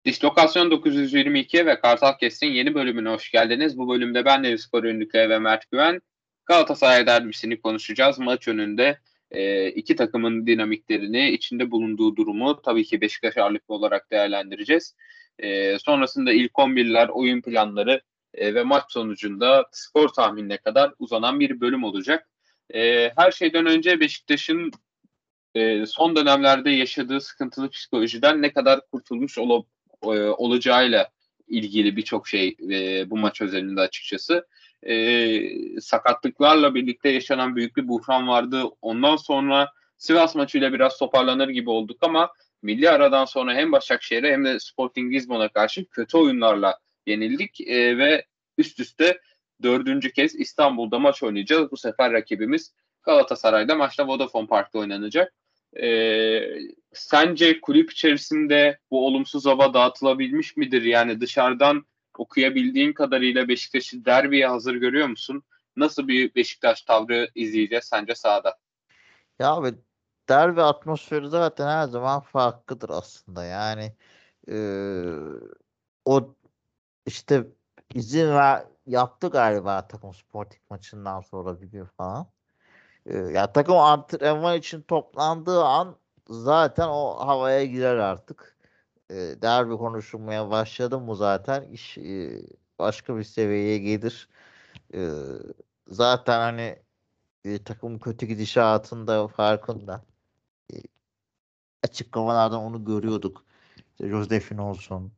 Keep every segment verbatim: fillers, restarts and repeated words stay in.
Dislokasyon dokuz yüz yirmi iki ve Kartal Kestin yeni bölümüne hoş geldiniz. Bu bölümde ben Deniz Spor Ünlükaya ve Mert Güven Galatasaray derbisini konuşacağız. Maç önünde e, iki takımın dinamiklerini, içinde bulunduğu durumu tabii ki Beşiktaş ağırlıklı olarak değerlendireceğiz. E, sonrasında ilk on birler, oyun planları e, ve maç sonucunda skor tahminine kadar uzanan bir bölüm olacak. E, her şeyden önce Beşiktaş'ın e, son dönemlerde yaşadığı sıkıntılı psikolojiden ne kadar kurtulmuş ol, e, olacağıyla ilgili birçok şey e, bu maç özelinde açıkçası. E, sakatlıklarla birlikte yaşanan büyük bir buhran vardı. Ondan sonra Sivas maçıyla biraz toparlanır gibi olduk ama milli aradan sonra hem Başakşehir'e hem de Sporting Lisbon'a karşı kötü oyunlarla yenildik e, ve üst üste dördüncü kez İstanbul'da maç oynayacağız. Bu sefer rakibimiz Galatasaray'da, maçta Vodafone Park'ta oynanacak. Ee, Sence kulüp içerisinde bu olumsuz hava dağıtılabilmiş midir? Yani dışarıdan okuyabildiğin kadarıyla Beşiktaş'ı derbiye hazır görüyor musun? Nasıl bir Beşiktaş tavrı izleyeceğiz sence sahada? Ya abi derbi atmosferi zaten her zaman farklıdır aslında. Yani eee, o işte izin ver, yaptı galiba takım Sporting maçından sonra bir gün falan. Eee, ya takım antrenman için toplandığı an zaten o havaya girer artık. Eee derbi konuşulmaya başladı mı zaten iş eee, başka bir seviyeye gelir. Eee, zaten hani e, takım kötü gidişatında farkında. E, Açıklamalardan onu görüyorduk. İşte Josefin olsun.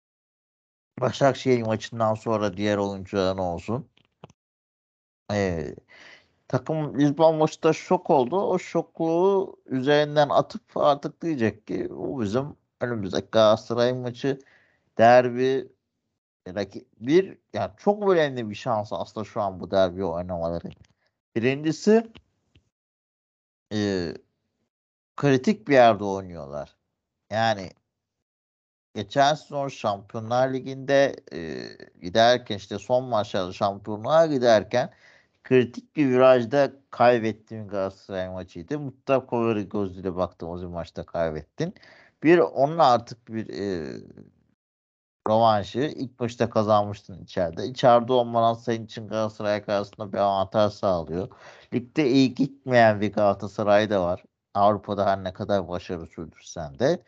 Başakşehir maçından sonra diğer oyuncuların olsun. E, Takım Lisbon maçta şok oldu. O şokluğu üzerinden atıp artık diyecek ki bu bizim önümüzdeki Galatasaray maçı derbi rakip bir yani çok önemli bir şans aslında şu an bu derbi oynamaları. Birincisi e, kritik bir yerde oynuyorlar. Yani geçen sezon Şampiyonlar Ligi'nde e, giderken işte son maçlarda şampiyonluğa giderken kritik bir virajda kaybettiğin Galatasaray maçıydı. Mutlaka favori gözüyle baktığımız bir maçta kaybettin. Bir onun artık bir e, rövanşı. İlk maçta kazanmıştın içeride. İçeride olmadan senin için Galatasaray karşısında bir avantaj sağlıyor. Ligde iyi gitmeyen bir Galatasaray da var. Avrupa'da her ne kadar başarı sürdürsen de.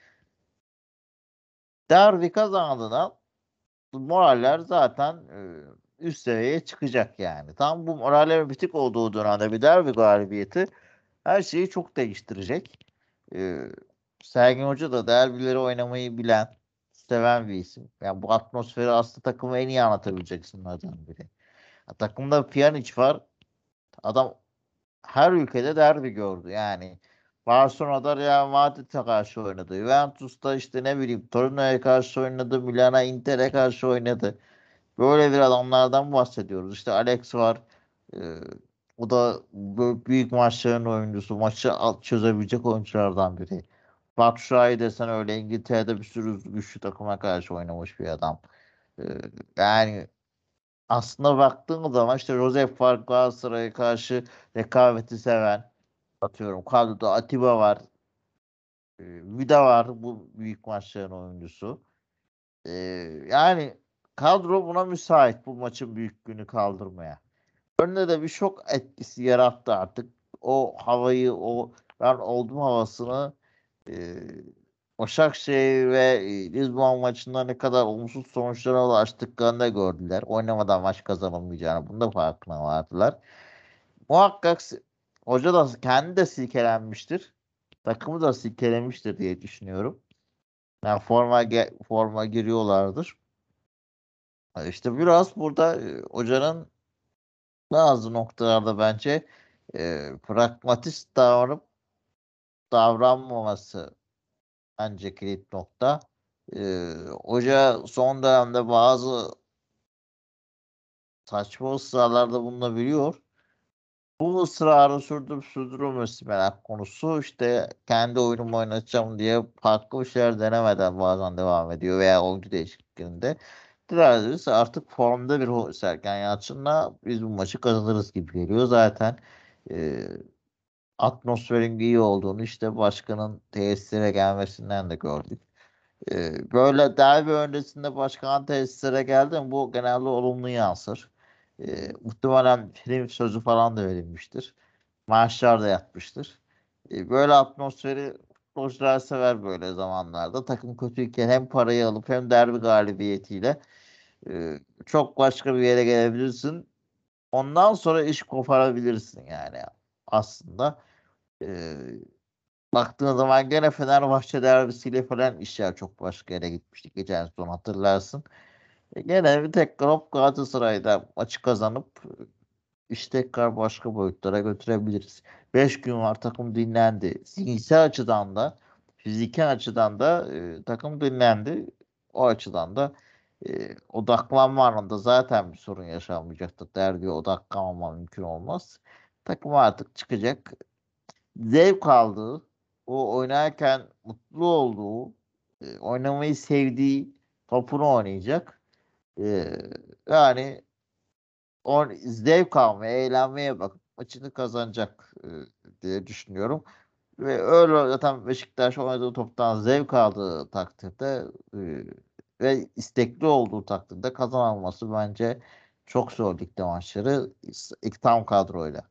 Derbi kazandığında moraller zaten e, üst seviyeye çıkacak yani. Tam bu morallerin bitik olduğu dönemde bir derbi galibiyeti her şeyi çok değiştirecek. E, Sergen Hoca da derbileri oynamayı bilen, seven bir isim. Yani bu atmosferi aslında takımı en iyi anlatabilecek isimlerden biri. Ya, takımda Pjanic var. Adam her ülkede derbi gördü. Yani Barcelona'da Real Madrid'e karşı oynadı. Juventus'ta işte ne bileyim Torino'ya karşı oynadı. Milan'a, Inter'e karşı oynadı. Böyle bir adamlardan bahsediyoruz. İşte Alex var. Ee, O da böyle büyük maçların oyuncusu. Maçı alt çözebilecek oyunculardan biri. Batshuayi desen öyle İngiltere'de bir sürü güçlü takıma karşı oynamış bir adam. Ee, Yani aslında baktığın zaman işte Josef var Galatasaray'a karşı rekabeti seven. Atıyorum kadroda Atiba var. Ee, Vida var bu büyük maçların oyuncusu. Ee, Yani kadro buna müsait bu maçın büyüklüğünü kaldırmaya. Önüne de bir şok etkisi yarattı artık. O havayı, o ben oldum havasını e, Başakşehir ve e, Lisbon maçında ne kadar olumsuz sonuçlara ulaştıklarını da gördüler. Oynamadan maç kazanamayacağını bunun da farkına vardılar. Muhakkak si- hoca da kendi de silkelenmiştir. Takımı da silkelemiştir diye düşünüyorum. Yani forma ge- forma giriyorlardır. Ha, İşte biraz burada e, hocanın bazı noktalarda bence e, pragmatist davranıp davranmaması bence kilit nokta. E, Hoca son dönemde bazı saçma ısrarlarda bulunabiliyor. Bu ısrarı sürdürüp sürdürülmesi merak konusu. İşte kendi oyunumu oynatacağım diye farklı bir şeyler denemeden bazen devam ediyor veya oyuncu değişikliklerinde. Dileriz artık formda bir ho- Sergen Yalçın'la biz bu maçı kazanırız gibi geliyor. Zaten e, atmosferin iyi olduğunu işte başkanın tesislere gelmesinden de gördük. Ee, böyle derbi öncesinde başkan tesislere geldi mi bu genelde olumlu yansır. Ee, muhtemelen film sözü falan da verilmiştir. Maaşlar da yatmıştır. Ee, böyle atmosferi futbolcular sever böyle zamanlarda. Takım kötüyken hem parayı alıp hem derbi galibiyetiyle e, çok başka bir yere gelebilirsin. Ondan sonra iş koparabilirsin yani aslında. Ee, Baktığın zaman gene Fenerbahçe derbisiyle falan işler çok başka yere gitmişti geçen sezon hatırlarsın. E gene bir tek hop Galatasaray'da maçı kazanıp iş tekrar başka boyutlara götürebiliriz. Beş gün var takım dinlendi. Zihinsel açıdan da fiziki açıdan da e, takım dinlendi. O açıdan da e, odaklanma anında zaten bir sorun yaşanmayacaktır. Derbiye odaklanmama mümkün olmaz. Takım artık çıkacak zevk aldığı, o oynarken mutlu olduğu, e, oynamayı sevdiği topunu oynayacak. E, yani o zevk almaya, eğlenmeye bakıp maçını kazanacak e, diye düşünüyorum. Ve öyle zaten Beşiktaş oynadığı toptan zevk aldığı takdirde e, ve istekli olduğu takdirde kazanılması bence çok zor ligde maçları ilk tam kadroyla.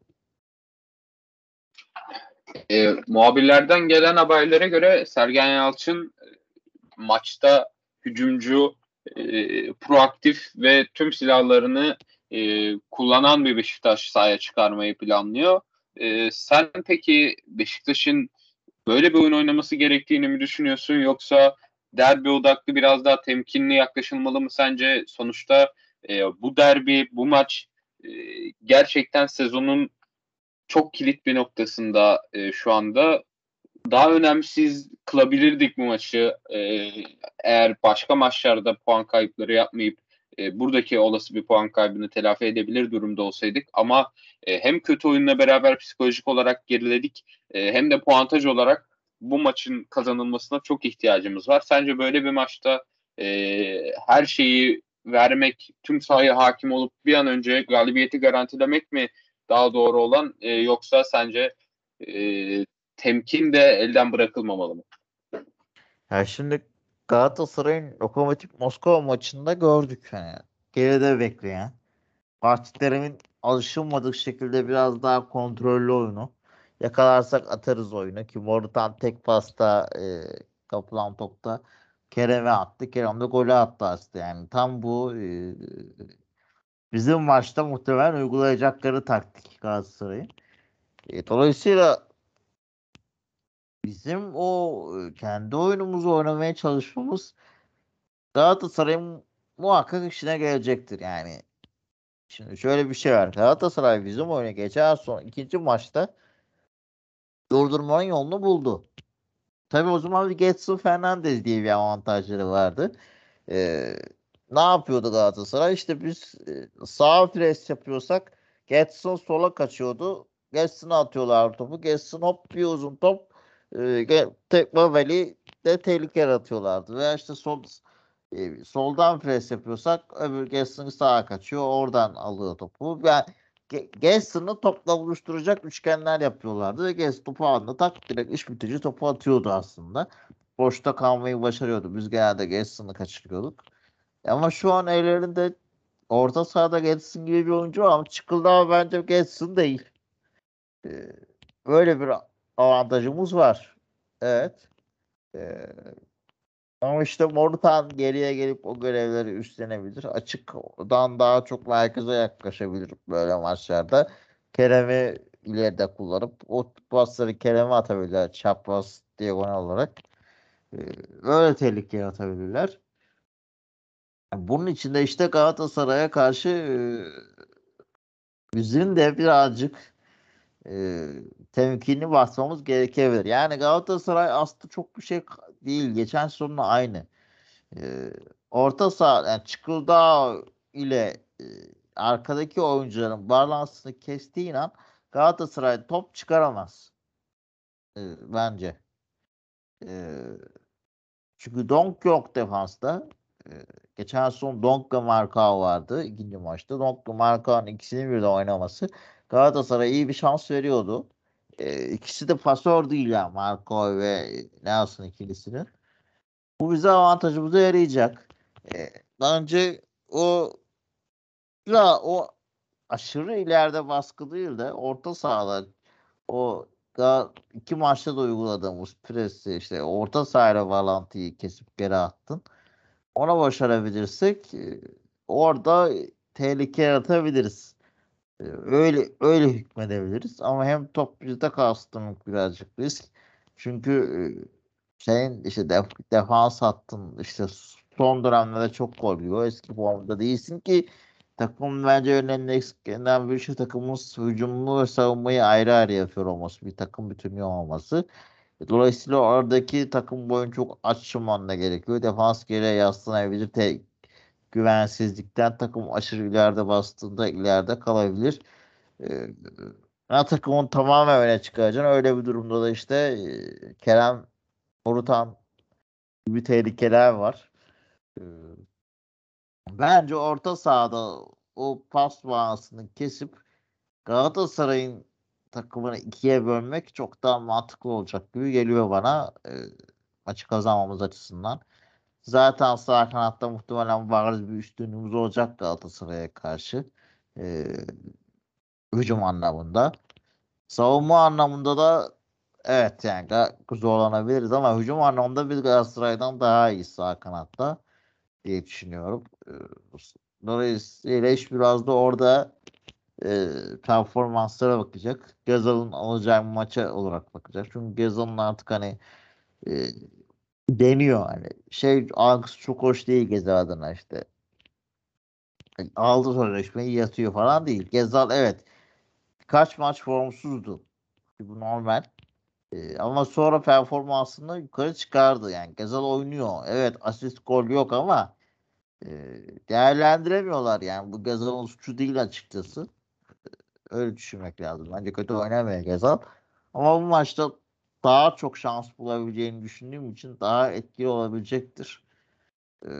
E, muhabirlerden gelen haberlere göre Sergen Yalçın maçta hücumcu, e, proaktif ve tüm silahlarını e, kullanan bir Beşiktaş sahaya çıkarmayı planlıyor. E, sen peki Beşiktaş'ın böyle bir oyun oynaması gerektiğini mi düşünüyorsun, yoksa derbi odaklı biraz daha temkinli yaklaşılmalı mı sence? Sonuçta e, bu derbi, bu maç e, gerçekten sezonun çok kilit bir noktasında e, şu anda. Daha önemsiz kılabilirdik bu maçı. Ee, eğer başka maçlarda puan kayıpları yapmayıp e, buradaki olası bir puan kaybını telafi edebilir durumda olsaydık. Ama e, hem kötü oyunla beraber psikolojik olarak geriledik, e, hem de puantaj olarak bu maçın kazanılmasına çok ihtiyacımız var. Sence böyle bir maçta e, her şeyi vermek, tüm sahaya hakim olup bir an önce galibiyeti garantilemek mi daha doğru olan, e, yoksa sence e, temkin de elden bırakılmamalı mı? Ya şimdi Galatasaray'ın Lokomotiv Moskova maçında gördük hani geride bekleyen Fatih Terim'in alışılmadık şekilde biraz daha kontrollü oyunu. Yakalarsak atarız oyunu ki Morutan tek pasta e, kapılan topta Kerem'e attı. Kerem de golü attı aslında yani. Tam bu e, bizim maçta muhtemelen uygulayacakları taktik Galatasaray'ın. E, dolayısıyla bizim o e, kendi oyunumuzu oynamaya çalışmamız Galatasaray'ın muhakkak işine gelecektir yani. Şimdi şöyle bir şey var. Galatasaray bizim oyuna geçen son ikinci maçta durdurmanın yolunu buldu. Tabii o zaman bir Getson Fernandes diye bir avantajları vardı. Ee, ne yapıyordu Galatasaray? İşte biz e, sağ pres yapıyorsak Getson sola kaçıyordu. Getson'a atıyorlar topu. Getson hop bir uzun top. E, ge- Tekme Veli de tehlike yaratıyorlardı. Veya işte sol e, soldan pres yapıyorsak öbür Getson'ı sağa kaçıyor. Oradan alıyor topu. Yani Getson'ı topla buluşturacak üçgenler yapıyorlardı ve Getson topu anında tak direkt iş bitirici topu atıyordu aslında. Boşta kalmayı başarıyordu. Biz genelde Getson'ı kaçırıyorduk. Ama şu an ellerinde orta sahada Getson gibi bir oyuncu var ama Çıkıldağ bence Getson değil. Ee, Böyle bir avantajımız var. Evet. Ee, Ama işte Morutan geriye gelip o görevleri üstlenebilir. Açıktan daha çok merkeze yaklaşabilir böyle maçlarda. Kerem'i ileride kullanıp o pasları Kerem'e atabilirler. Çapraz diagonal olarak. Ee, Öyle tehlike yaratabilirler. Bunun için de işte Galatasaray'a karşı e, bizim de birazcık e, temkinli basmamız gerekebilir. Yani Galatasaray aslında çok bir şey değil. Geçen sezonla aynı. E, Orta saha yani Çıkıldağ ile e, arkadaki oyuncuların bağlantısını kestiğin an Galatasaray top çıkaramaz. E, bence. E, Çünkü Donk yok defansta. Ee, Geçen son Donk'la Markao vardı ikinci maçta. Donk'la Markao'nun ikisini birden oynaması Galatasaray'a iyi bir şans veriyordu. Ee, ikisi de pasör değil yani Markao ve Nelson ikilisinin. Bu bize avantajımıza yarayacak. Ee, daha önce o ya o aşırı ileride baskı değil de orta sahada o da iki maçta da uyguladığımız presi işte orta sahayla bağlantıyı kesip geri attın. Ona başarabilirsek e, orada tehlike yaratabiliriz. E, Öyle öyle hükmedebiliriz ama hem top bizde kalsın birazcık risk. Çünkü e, senin işte def defans hattın işte son dönemlerde çok gol yiyor. Eski formda değilsin ki takım bence önemli eksiklerinden bir şu takımımız hücumunu ve savunmayı ayrı ayrı yapıyor olması. Bir takım bütünlüğü olması. Dolayısıyla oradaki takım boyun çok açılman da gerekiyor. Defans geriye yaslanabilir. Te güvensizlikten takım aşırı ileride bastığında ileride kalabilir. Ee, ana takımın tamamen öne çıkaracaksın. Öyle bir durumda da işte e, Kerem Borutan gibi tehlikeler var. Ee, bence orta sahada o pas bağlantısını kesip Galatasaray'ın takımını ikiye bölmek çok daha mantıklı olacak gibi geliyor bana e, maçı kazanmamız açısından. Zaten sağ kanatta muhtemelen bariz bir üstünlüğümüz olacak Galatasaray'a karşı. E, hücum anlamında. Savunma anlamında da evet yani ga- zorlanabiliriz ama hücum anlamında biz Galatasaray'dan daha iyi sağ kanatta diye düşünüyorum. E, dolayısıyla iş biraz da orada e, performanslara bakacak. Gezal'ın alacağı maça olarak bakacak. Çünkü Gezal'ın artık hani e, deniyor hani şey algısı çok hoş değil Gezal adına işte. Yani aldı sözleşmeyi yatıyor falan değil. Gezal evet kaç maç formsuzdu. Bu normal. E, ama sonra performansını yukarı çıkardı. Yani Gezal oynuyor. Evet asist gol yok ama e, değerlendiremiyorlar yani. Bu Gezal'ın suçu değil açıkçası. Öyle düşünmek lazım. Bence kötü oynamıyor Gezal. Ama bu maçta daha çok şans bulabileceğini düşündüğüm için daha etkili olabilecektir. Ee,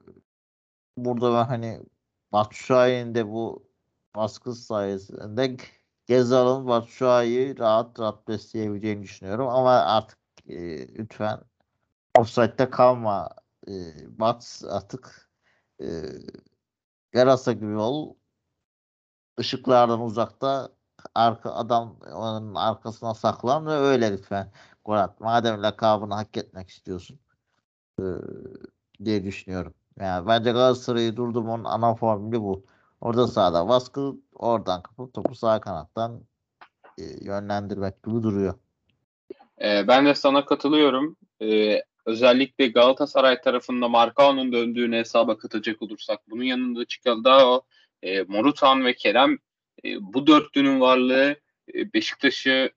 burada ben hani Batshuayi'nin de bu baskı sayesinde Gezal'ın Batshuayi'yi rahat rahat besleyebileceğini düşünüyorum. Ama artık e, lütfen offside'de kalma. E, Bats artık e, yarasa gibi ol. Işıklardan uzakta arka adam onun arkasına saklan ve öyle lütfen gol at. Madem lakabını hak etmek istiyorsun e, diye düşünüyorum. Yani bence Galatasaray'ı durdurmanın ana formülü bu. Orada sahada baskı oradan kapıp topu sağ kanattan e, yönlendirmek gibi duruyor. Ee, ben de sana katılıyorum. Ee, özellikle Galatasaray tarafında Marcao'nun döndüğünü hesaba katacak olursak bunun yanında Çikaldao, e, Morutan ve Kerem e, bu dörtlünün varlığı e, Beşiktaş'ı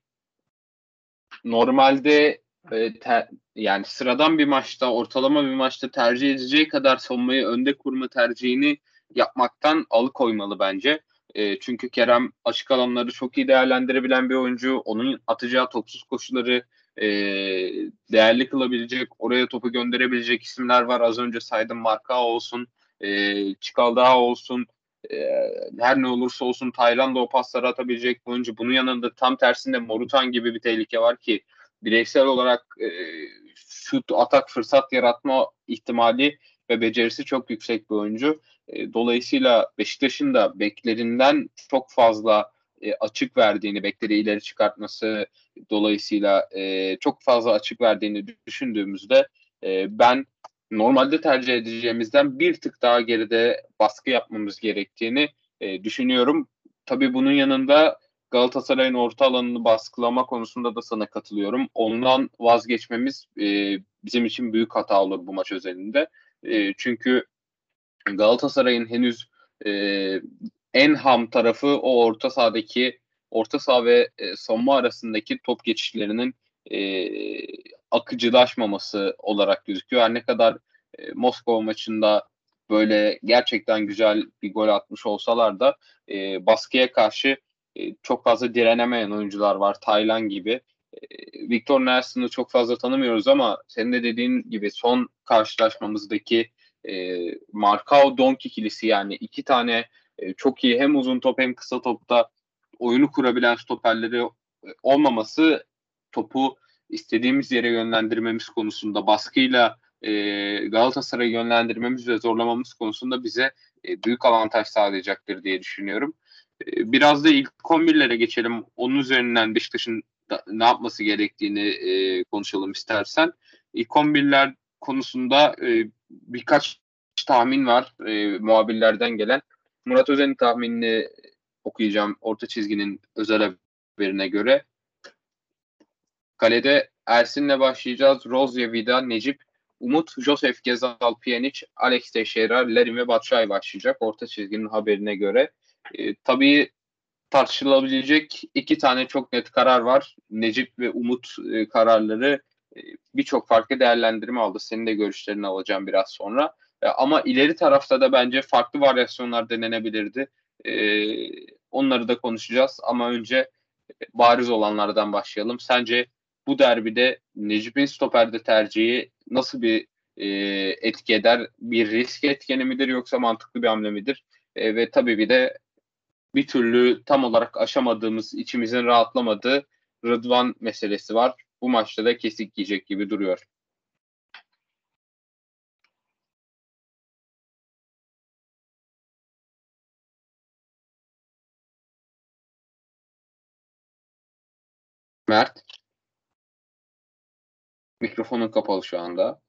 normalde e, te- yani sıradan bir maçta, ortalama bir maçta tercih edeceği kadar savunmayı önde kurma tercihini yapmaktan alıkoymalı bence. E, çünkü Kerem açık alanları çok iyi değerlendirebilen bir oyuncu. Onun atacağı topsuz koşuları e, değerli kılabilecek, oraya topu gönderebilecek isimler var. Az önce saydım, Marka olsun, e, Çikaldağ olsun. E, her ne olursa olsun Tayland'a o pasları atabilecek bir oyuncu. Bunun yanında tam tersinde Morutan gibi bir tehlike var ki bireysel olarak e, şut, atak, fırsat yaratma ihtimali ve becerisi çok yüksek bir oyuncu. E, dolayısıyla Beşiktaş'ın da beklerinden çok fazla e, açık verdiğini, bekleri ileri çıkartması dolayısıyla e, çok fazla açık verdiğini düşündüğümüzde e, ben normalde tercih edeceğimizden bir tık daha geride baskı yapmamız gerektiğini e, düşünüyorum. Tabii bunun yanında Galatasaray'ın orta alanını baskılama konusunda da sana katılıyorum. Ondan vazgeçmemiz e, bizim için büyük hata olur bu maç özelinde. E, çünkü Galatasaray'ın henüz e, en ham tarafı o orta sahadaki orta saha ve e, savunma arasındaki top geçişlerinin e, akıcılaşmaması olarak gözüküyor. Her ne kadar e, Moskova maçında böyle gerçekten güzel bir gol atmış olsalar da e, baskıya karşı e, çok fazla direnemeyen oyuncular var. Taylan gibi. E, Victor Nelson'ı çok fazla tanımıyoruz ama senin de dediğin gibi son karşılaşmamızdaki e, Marcao Donk ikilisi, yani iki tane e, çok iyi hem uzun top hem kısa topta oyunu kurabilen stoperleri e, olmaması topu istediğimiz yere yönlendirmemiz konusunda baskıyla e, Galatasaray'ı yönlendirmemiz ve zorlamamız konusunda bize e, büyük avantaj sağlayacaktır diye düşünüyorum. E, biraz da ilk on birlere geçelim. Onun üzerinden Beşiktaş'ın da, ne yapması gerektiğini e, konuşalım istersen. İlk on birler konusunda e, birkaç tahmin var e, muhabirlerden gelen. Murat Özen'in tahminini okuyacağım orta çizginin özel haberine göre. Kalede Ersin'le başlayacağız. Rozya, Vida, Necip, Umut, Josef Gezal, Pjanic, Alex Teixeira, Larin ve Batshuayi başlayacak. Orta çizginin haberine göre. E, tabii tartışılabilecek iki tane çok net karar var. Necip ve Umut e, kararları e, birçok farklı değerlendirme aldı. Senin de görüşlerini alacağım biraz sonra. E, ama ileri tarafta da bence farklı varyasyonlar denenebilirdi. E, onları da konuşacağız. Ama önce bariz olanlardan başlayalım. Sence bu derbide Necip'in stoperde tercihi nasıl bir e, etki eder? Bir risk etkeni midir yoksa mantıklı bir hamle midir? E, ve tabii bir de bir türlü tam olarak aşamadığımız, içimizin rahatlamadığı Rıdvan meselesi var. Bu maçta da kesik yiyecek gibi duruyor. Mert, mikrofonun kapalı şu anda.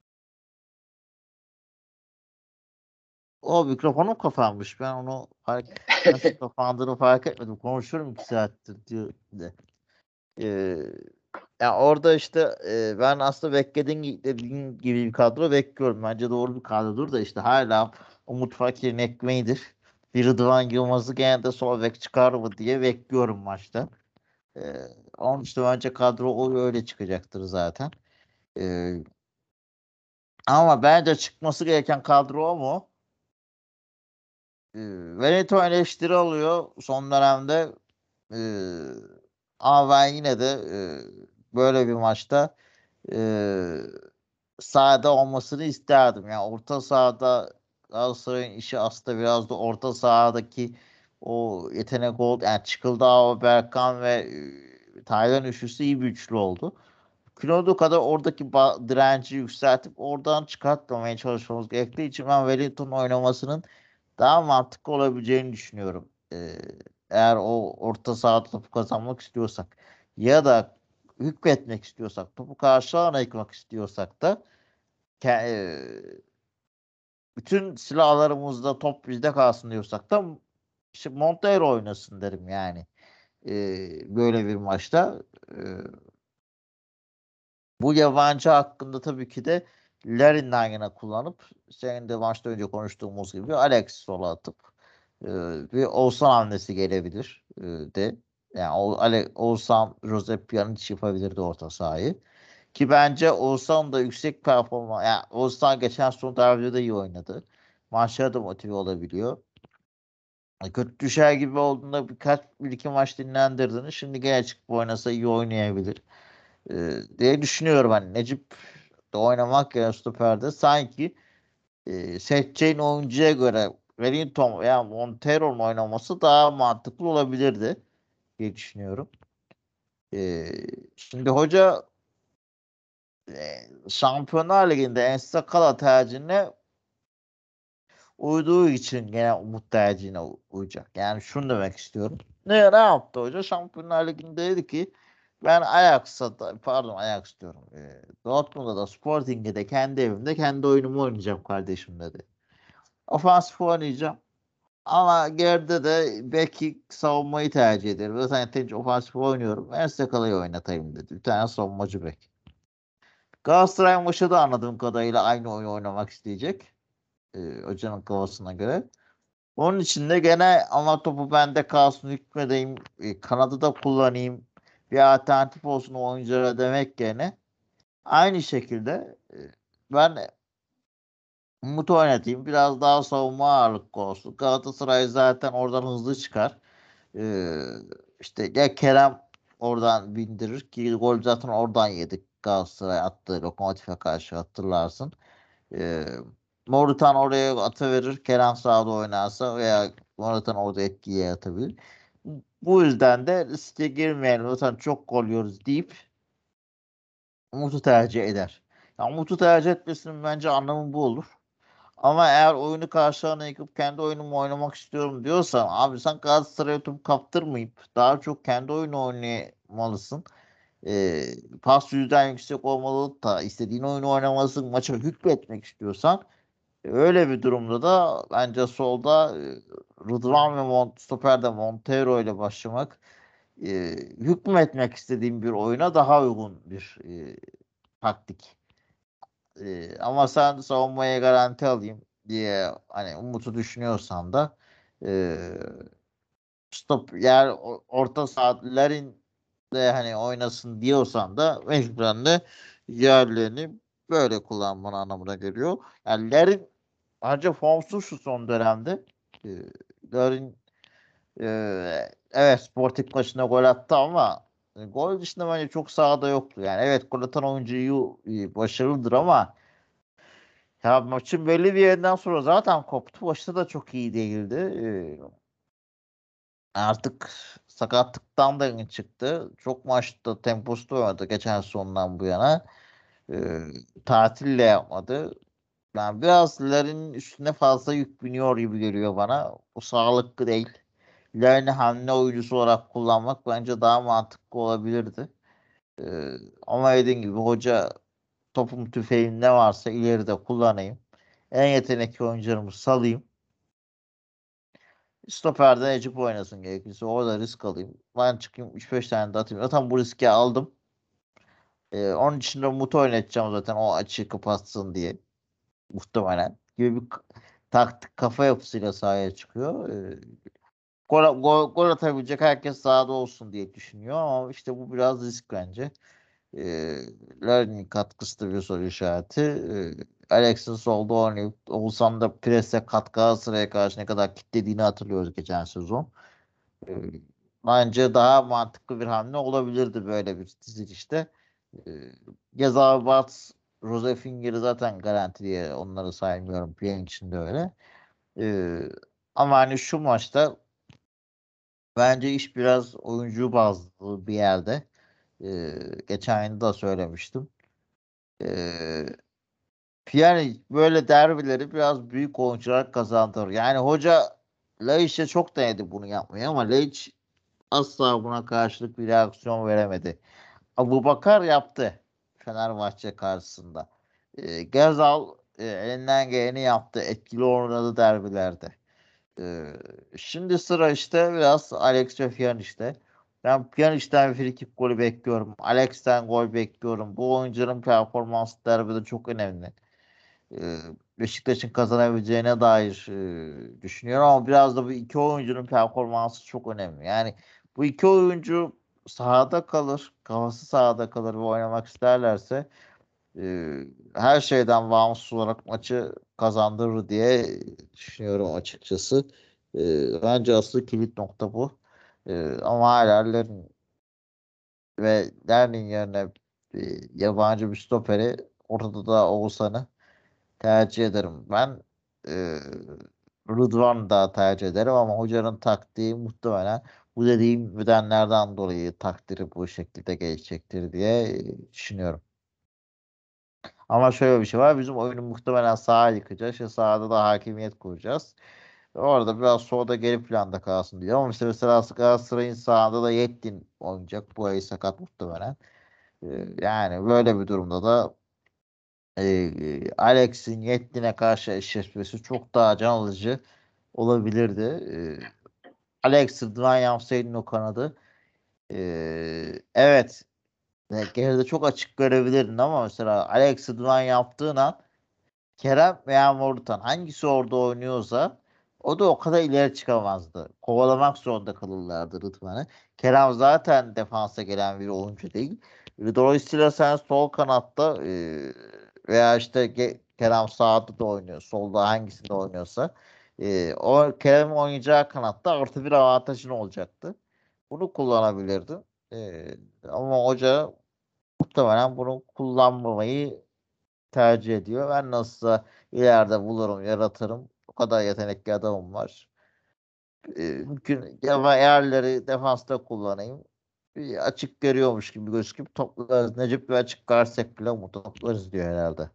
O mikrofonum kapanmış. Ben onu fark, nasıl kapandığını fark etmedim. Konuşurum iki saattir diyor de. Ee, yani orada işte e, ben aslında beklediğim dediğin gibi bir kadro bekliyorum. Bence doğru bir kadrodur da işte hala Umut Fakir'in ekmeğidir. Bir Rıdvan Yılmaz'ı gene de sol bek çıkar mı diye bekliyorum maçta. Ee, onun işte bence kadro o öyle çıkacaktır zaten. Ee, ama bence çıkması gereken kadro o mu? Ee, Veneto eleştiri alıyor son dönemde. Ee, ama ben yine de e, böyle bir maçta e, sahada olmasını isterdim. Yani orta sahada Galatasaray'ın işi aslında biraz da orta sahadaki o yetenek oldu. Yani Çıkıldağ, Berkan ve e, Taylan üçlüsü iyi bir üçlü oldu. Kilodu kadar oradaki ba- direnci yükseltip oradan çıkartmamaya çalışmamız gerektiği için ben Wellington oynamasının daha mantıklı olabileceğini düşünüyorum. Ee, eğer o orta sahada topu kazanmak istiyorsak ya da hükmetmek istiyorsak, topu karşı alana yıkmak istiyorsak da ke- e, bütün silahlarımızda top bizde kalsın diyorsak da işte Montero oynasın derim yani. Ee, böyle bir maçta. Ee, bu yabancı hakkında tabii ki de Larin'den yana kullanıp senin de maçta önce konuştuğumuz gibi Alex sola atıp e, bir Oğuzhan hamlesi gelebilir e, de. Yani o, Ale, Oğuzhan, Josep Pjanic yapabilirdi orta sahayı. Ki bence Oğuzhan da yüksek performans. Yani Oğuzhan geçen son derbide de iyi oynadı. Maçlara da motive olabiliyor. E, Kötü düşer gibi olduğunda birkaç bir iki maç dinlendirdiğini şimdi gene çıkıp oynasa iyi oynayabilir e, diye düşünüyorum. Hani Necip de oynamak yerine stoperde sanki e, seçeceğin oyuncuya göre Wellington veya Montero'nun oynaması daha mantıklı olabilirdi diye düşünüyorum. E, şimdi hoca e, Şampiyonlar Ligi'nde Ensakala tercihine uyduğu için gene Umut tercihine u- uyacak. Yani şunu demek istiyorum. Ne, ne yaptı hoca? Şampiyonlar Ligi'nde dedi ki ben Ajax'a da pardon Ajax diyorum. E, Dortmund'da da Sporting'de de kendi evimde kendi oyunumu oynayacağım kardeşim dedi. Ofansif oynayacağım. Ama geride de belki savunmayı tercih ederim. Zaten yeterince ofansif oynuyorum. Ben Sakala'yı oynatayım dedi. Bir tane savunmacı bek. Galatasaray maçı da anladığım kadarıyla aynı oyunu oynamak isteyecek. E, hocanın kafasına göre. Onun için de gene ama topu bende kalsın hükmedeyim. E, kanadı da kullanayım. Bir alternatif olsun o oyunculara demek yerine. Aynı şekilde e, ben Umut oynatayım. Biraz daha savunma ağırlıklı olsun. Galatasaray zaten oradan hızlı çıkar. Ee, işte ya Kerem oradan bindirir ki gol zaten oradan yedik. Galatasaray attığı Lokomotif'e karşı hatırlarsın. Ee, Morutan oraya atıverir. Kerem sağda oynarsa veya Morutan orada etkiyi yaratabilir. Bu yüzden de riske girmeyelim. Zaten çok gol yiyoruz deyip Umut'u tercih eder. Ya Umut'u tercih etmesinin bence anlamı bu olur. Ama eğer oyunu karşılarına yıkıp kendi oyunumu oynamak istiyorum diyorsan abi sen Galatasaray'a top kaptırmayıp daha çok kendi oyunu oynamalısın. Ee, Pas yüzden yüksek olmalı da istediğin oyunu oynamalısın. Maça hükmetmek istiyorsan e, öyle bir durumda da bence solda e, Rıdvan ve Mont stoperde Montero ile başlamak e, hükmetmek istediğim bir oyuna daha uygun bir e, taktik. E, ama sen savunmaya garanti alayım diye hani Umut'u düşünüyorsan da e, stop yer o- orta saatlerin de hani oynasın diyorsan da mecburen de yerlerini böyle kullanman anlamına geliyor. Yani Larin bence formsuz şu son dönemde. E, Larin e, evet Sporting maçında gol attı ama e, gol dışında bence çok sahada yoktu. Yani evet gol atan oyuncu iyi, iyi, başarılıdır ama ya maçın belli bir yerinden sonra zaten koptu. Başta da çok iyi değildi. E, Artık sakatlıktan da yeni çıktı. Çok maçta temposu da oynadı geçen sondan bu yana. Ee, Tatille yapmadı. Yani biraz Larin'in üstüne fazla yük biniyor gibi geliyor bana. O sağlıklı değil. Larin'i hamle oyuncusu olarak kullanmak bence daha mantıklı olabilirdi. Ee, Ama dediğim gibi hoca topum tüfeğim ne varsa ileride kullanayım. En yetenekli oyuncularımı salayım. Stoperden Ecip oynasın gerekirse. Orada risk alayım. Ben çıkayım üç beş tane de atayım. Zaten bu riski aldım. Ee, onun dışında Umut'u oynatacağım zaten o açığı kapatsın diye. Muhtemelen. Gibi bir k- taktik kafa yapısıyla sahaya çıkıyor. Ee, gol, gol, gol atabilecek herkes sahada olsun diye düşünüyor. Ama işte bu biraz risk bence. Ee, Learning katkısı da bir soru işareti. Ee, Alex'in solda oynayıp Oğuzhan da prese katkı sıraya karşı ne kadar kitlediğini hatırlıyoruz geçen sezon. Ee, Bence daha mantıklı bir hamle olabilirdi böyle bir dizilişte. Ee, Geza, Bats, Rosefinger'i zaten garanti diye onları saymıyorum. Piyano için de öyle. Ee, Ama hani şu maçta bence iş biraz oyuncu bazlı bir yerde. Ee, Geçen ayında da söylemiştim. Ee, Yani böyle derbileri biraz büyük oyuncular kazandırır. Yani hoca Laiç'e çok denedi bunu yapmayı ama Laiç asla buna karşılık bir reaksiyon veremedi. Abubakar yaptı Fenerbahçe karşısında. E, Gezal e, elinden geleni yaptı. Etkili oynadı derbilerde. E, Şimdi sıra işte biraz Alex ve Pjanic'te. Ben Pjanic'ten bir frikik golü bekliyorum. Alex'ten gol bekliyorum. Bu oyuncuların performansı derbide çok önemli. E, Beşiktaş'ın kazanabileceğine dair e, düşünüyorum ama biraz da bu iki oyuncunun performansı çok önemli. Yani bu iki oyuncu sahada kalır, kafası sahada kalır ve oynamak isterlerse e, her şeyden bağımsız olarak maçı kazandırır diye düşünüyorum açıkçası. E, bence asıl kilit nokta bu. E, ama hala Lernin ve Lernin yerine e, yabancı bir stoperi ortada da Oğuzhan'ı tercih ederim. Ben e, Rıdvan da tercih ederim ama hocanın taktiği muhtemelen bu dediğim nedenlerden dolayı takdiri bu şekilde geçecektir diye e, düşünüyorum. Ama şöyle bir şey var. Bizim oyunu muhtemelen sağa yıkacağız. İşte sahada da hakimiyet kuracağız. Orada biraz solda geri planda kalsın diyor. Ama işte mesela Galatasaray'ın sahada da Yettin oynayacak. Bu ay sakat muhtemelen. E, Yani böyle bir durumda da e, Alex'in Yettin'e karşı eşleşmesi çok daha can alıcı olabilirdi. E, Alex Rıdvan yapsaydın o kanadı. E, evet. e, Geride çok açık görebilirdin ama mesela Alex Rıdvan yaptığın an Kerem veya Morutan hangisi orada oynuyorsa o da o kadar ileri çıkamazdı. Kovalamak zorunda kalırlardı Rıdvan'ı. Kerem zaten defansa gelen bir oyuncu değil. Dolayısıyla sen sol kanatta e, veya işte Ge- Kerem sağda da oynuyor. Solda hangisinde oynuyorsa e, o Kerem oynayacağı kanatta artı bir avantajın olacaktı. Bunu kullanabilirdin. E, Ama hoca muhtemelen bunu kullanmamayı tercih ediyor. Ben nasılsa ileride bulurum, yaratırım. O kadar yetenekli adamım var. Ee, mümkün ya yerleri defansta kullanayım. bir açık görüyormuş gibi gözüküp toplarız. Necip bir açık görsek bile mu toplarız diyor herhalde.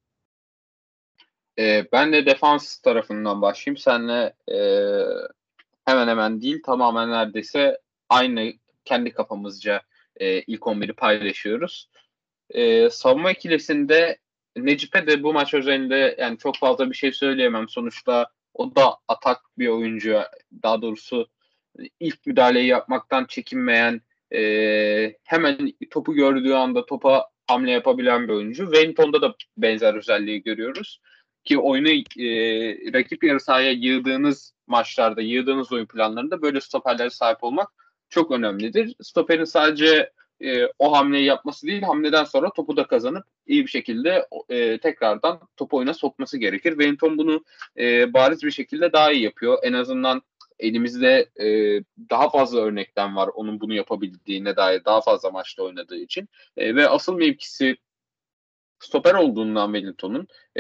E, ben de defans tarafından başlayayım. Senle e, hemen hemen değil, tamamen neredeyse aynı kendi kafamızca e, ilk on biri paylaşıyoruz. E, savunma ikilisinde Necip'e de bu maç özelinde yani çok fazla bir şey söyleyemem. Sonuçta o da atak bir oyuncu. Daha doğrusu ilk müdahaleyi yapmaktan çekinmeyen, e, hemen topu gördüğü anda topa hamle yapabilen bir oyuncu. Wellington'da da benzer özelliği görüyoruz. Ki oyunu e, rakip yarı sahaya yığdığınız maçlarda, yığdığınız oyun planlarında böyle stoperlere sahip olmak çok önemlidir. Stoperin sadece e, o hamleyi yapması değil, hamleden sonra topu da kazanıp iyi bir şekilde e, tekrardan topu oyuna sokması gerekir. Wellington bunu e, bariz bir şekilde daha iyi yapıyor. En azından elimizde e, daha fazla örnekten var onun bunu yapabildiğine dair, daha fazla maçta oynadığı için. E, ve asıl mevkisi stoper olduğundan Wellington'un e,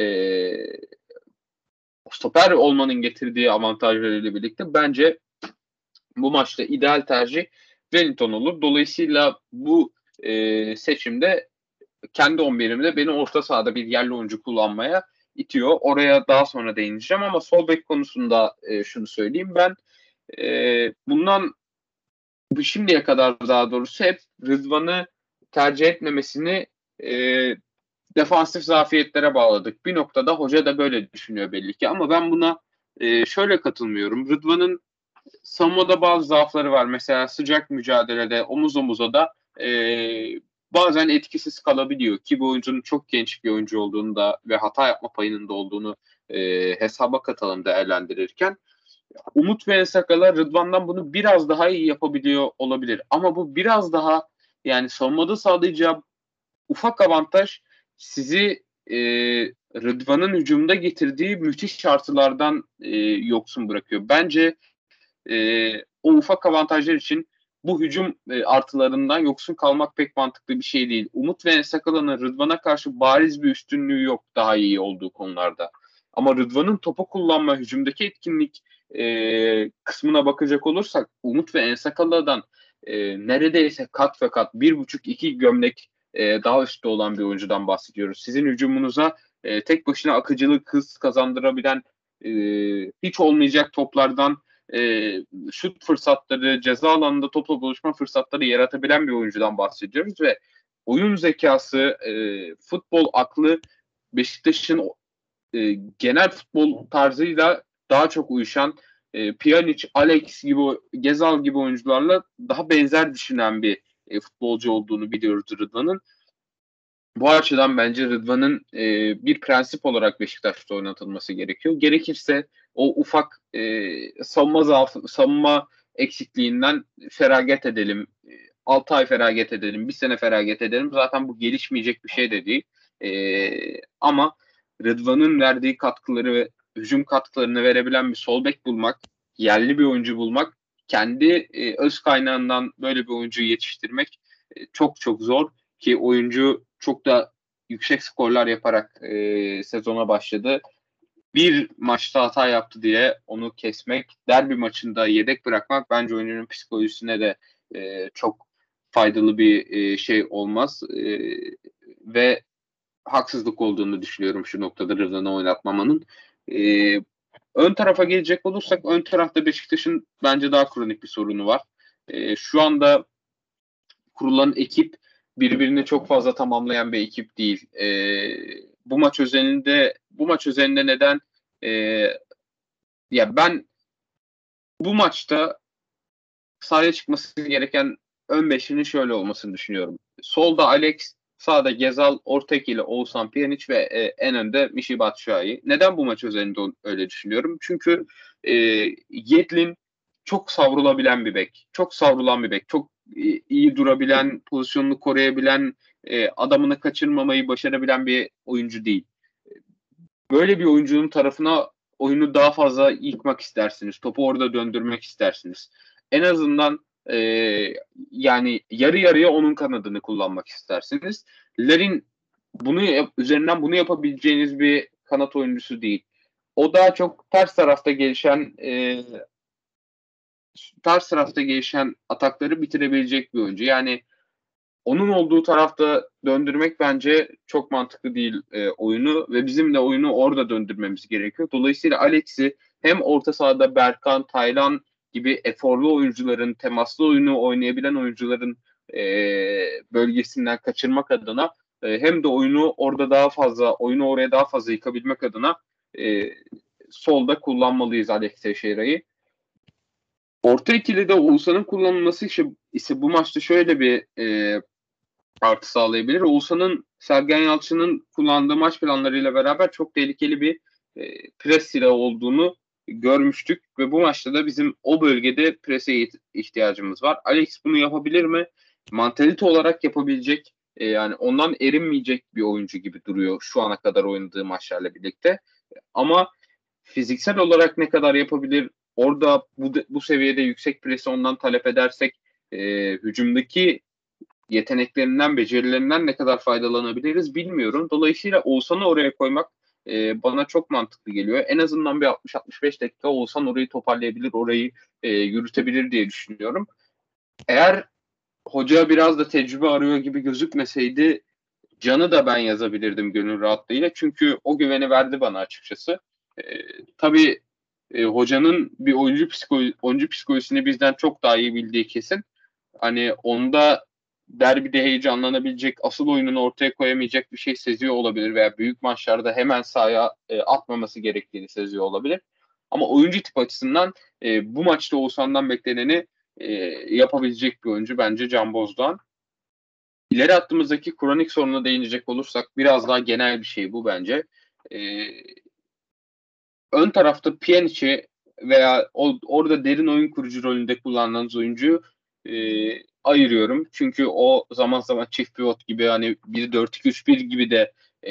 stoper olmanın getirdiği avantajlarıyla birlikte bence bu maçta ideal tercih Wellington olur. Dolayısıyla bu e, seçimde kendi on birimde beni orta sahada bir yerli oyuncu kullanmaya itiyor. Oraya daha sonra değineceğim ama sol bek konusunda e, şunu söyleyeyim. Ben e, bundan bu şimdiye kadar daha doğrusu hep Rıdvan'ı tercih etmemesini e, defansif zafiyetlere bağladık. Bir noktada hoca da böyle düşünüyor belli ki ama ben buna e, şöyle katılmıyorum. Rıdvan'ın savunmada bazı zaafları var. Mesela sıcak mücadelede omuz omuza da e, bazen etkisiz kalabiliyor ki bu oyuncunun çok genç bir oyuncu olduğunu da ve hata yapma payının da olduğunu e, hesaba katalım değerlendirirken. Umut ve Ensakala Rıdvan'dan bunu biraz daha iyi yapabiliyor olabilir. Ama bu biraz daha yani savunmada sağlayacağı ufak avantaj sizi e, Rıdvan'ın hücumda getirdiği müthiş artılardan e, yoksun bırakıyor. Bence e, o ufak avantajlar için bu hücum e, artılarından yoksun kalmak pek mantıklı bir şey değil. Umut ve Sakala'nın Rıdvan'a karşı bariz bir üstünlüğü yok daha iyi olduğu konularda. Ama Rıdvan'ın topu kullanma, hücumdaki etkinlik e, kısmına bakacak olursak Umut ve Ensakala'dan e, neredeyse kat ve kat bir buçuk iki gömlek e, daha üstte olan bir oyuncudan bahsediyoruz. Sizin hücumunuza e, tek başına akıcılık, hız kazandırabilen e, hiç olmayacak toplardan e, şut fırsatları, ceza alanında topla buluşma fırsatları yaratabilen bir oyuncudan bahsediyoruz ve oyun zekası, e, futbol aklı Beşiktaş'ın e, genel futbol tarzıyla daha çok uyuşan e, Pjanic, Alex gibi, Gezal gibi oyuncularla daha benzer düşünen bir e, futbolcu olduğunu biliyoruz Rıdvan'ın. Bu açıdan bence Rıdvan'ın e, bir prensip olarak Beşiktaş'ta oynatılması gerekiyor. Gerekirse o ufak e, savunma zaafı, savunma eksikliğinden feragat edelim. altı ay feragat edelim, bir sene feragat edelim. Zaten bu gelişmeyecek bir şey de değil. E, ama Rıdvan'ın verdiği katkıları ve hücum katkılarını verebilen bir sol bek bulmak, yerli bir oyuncu bulmak, kendi e, öz kaynağından böyle bir oyuncuyu yetiştirmek e, çok çok zor ki oyuncu çok da yüksek skorlar yaparak e, sezona başladı. Bir maçta hata yaptı diye onu kesmek, derbi maçında yedek bırakmak bence oyuncunun psikolojisine de e, çok faydalı bir e, şey olmaz. E, ve haksızlık olduğunu düşünüyorum şu noktada Rıdvan'ı oynatmamanın. E, ön tarafa gelecek olursak ön tarafta Beşiktaş'ın bence daha kronik bir sorunu var. E, şu anda kurulan ekip birbirini çok fazla tamamlayan bir ekip değil. E, bu maç özelinde bu maç özelinde neden e, ya ben bu maçta sahaya çıkması gereken ön beşinin şöyle olmasını düşünüyorum. Solda Alex, sağda Gezal, ortak ile Oğuzhan Pjanic ve e, en önde Michy Batshuayi. Neden bu maç özelinde öyle düşünüyorum? Çünkü e, Yedlin çok savrulabilen bir bek. Çok savrulan bir bek. Çok iyi durabilen, pozisyonunu koruyabilen, e, adamını kaçırmamayı başarabilen bir oyuncu değil. Böyle bir oyuncunun tarafına oyunu daha fazla yıkmak istersiniz. Topu orada döndürmek istersiniz. En azından e, yani yarı yarıya onun kanadını kullanmak istersiniz. Larin bunu üzerinden bunu yapabileceğiniz bir kanat oyuncusu değil. O daha çok ters tarafta gelişen e, ters tarafta gelişen atakları bitirebilecek bir oyuncu. Yani onun olduğu tarafta döndürmek bence çok mantıklı değil e, oyunu ve bizim de oyunu orada döndürmemiz gerekiyor. Dolayısıyla Alex'i hem orta sahada Berkan, Taylan gibi eforlu oyuncuların, temaslı oyunu oynayabilen oyuncuların e, bölgesinden kaçırmak adına e, hem de oyunu orada daha fazla, oyunu oraya daha fazla yıkabilmek adına e, solda kullanmalıyız Alex Teixeira'yı. Orta ikili de Oğuzhan'ın kullanılması ise, ise bu maçta şöyle bir e, artı sağlayabilir. Oğuzhan'ın Sergen Yalçın'ın kullandığı maç planlarıyla beraber çok tehlikeli bir e, pres silahı olduğunu görmüştük ve bu maçta da bizim o bölgede prese ihtiyacımız var. Alex bunu yapabilir mi? Mantalite olarak yapabilecek, e, yani ondan erinmeyecek bir oyuncu gibi duruyor şu ana kadar oynadığı maçlarla birlikte. Ama fiziksel olarak ne kadar yapabilir? Orada bu, bu seviyede yüksek presi ondan talep edersek e, hücumdaki yeteneklerinden, becerilerinden ne kadar faydalanabiliriz bilmiyorum. Dolayısıyla Oğuzhan'ı oraya koymak e, bana çok mantıklı geliyor. En azından bir altmış altmış beş dakika Oğuzhan orayı toparlayabilir, orayı e, yürütebilir diye düşünüyorum. Eğer hoca biraz da tecrübe arıyor gibi gözükmeseydi Can'ı da ben yazabilirdim gönül rahatlığıyla. Çünkü o güveni verdi bana açıkçası. E, tabii e, hocanın bir oyuncu, psikolo- oyuncu psikolojisini bizden çok daha iyi bildiği kesin. Hani onda derbide heyecanlanabilecek, asıl oyununu ortaya koyamayacak bir şey seziyor olabilir veya büyük maçlarda hemen sahaya e, atmaması gerektiğini seziyor olabilir. Ama oyuncu tip açısından e, bu maçta Oğuzhan'dan bekleneni e, yapabilecek bir oyuncu bence Can Bozdoğan. İleri hattımızdaki kronik soruna değinecek olursak biraz daha genel bir şey bu bence. E, ön tarafta Pjanic'i veya o, orada derin oyun kurucu rolünde kullandığınız oyuncuyu e, ayırıyorum. Çünkü o zaman zaman çift pivot gibi hani bir dört iki üç bir gibi de e,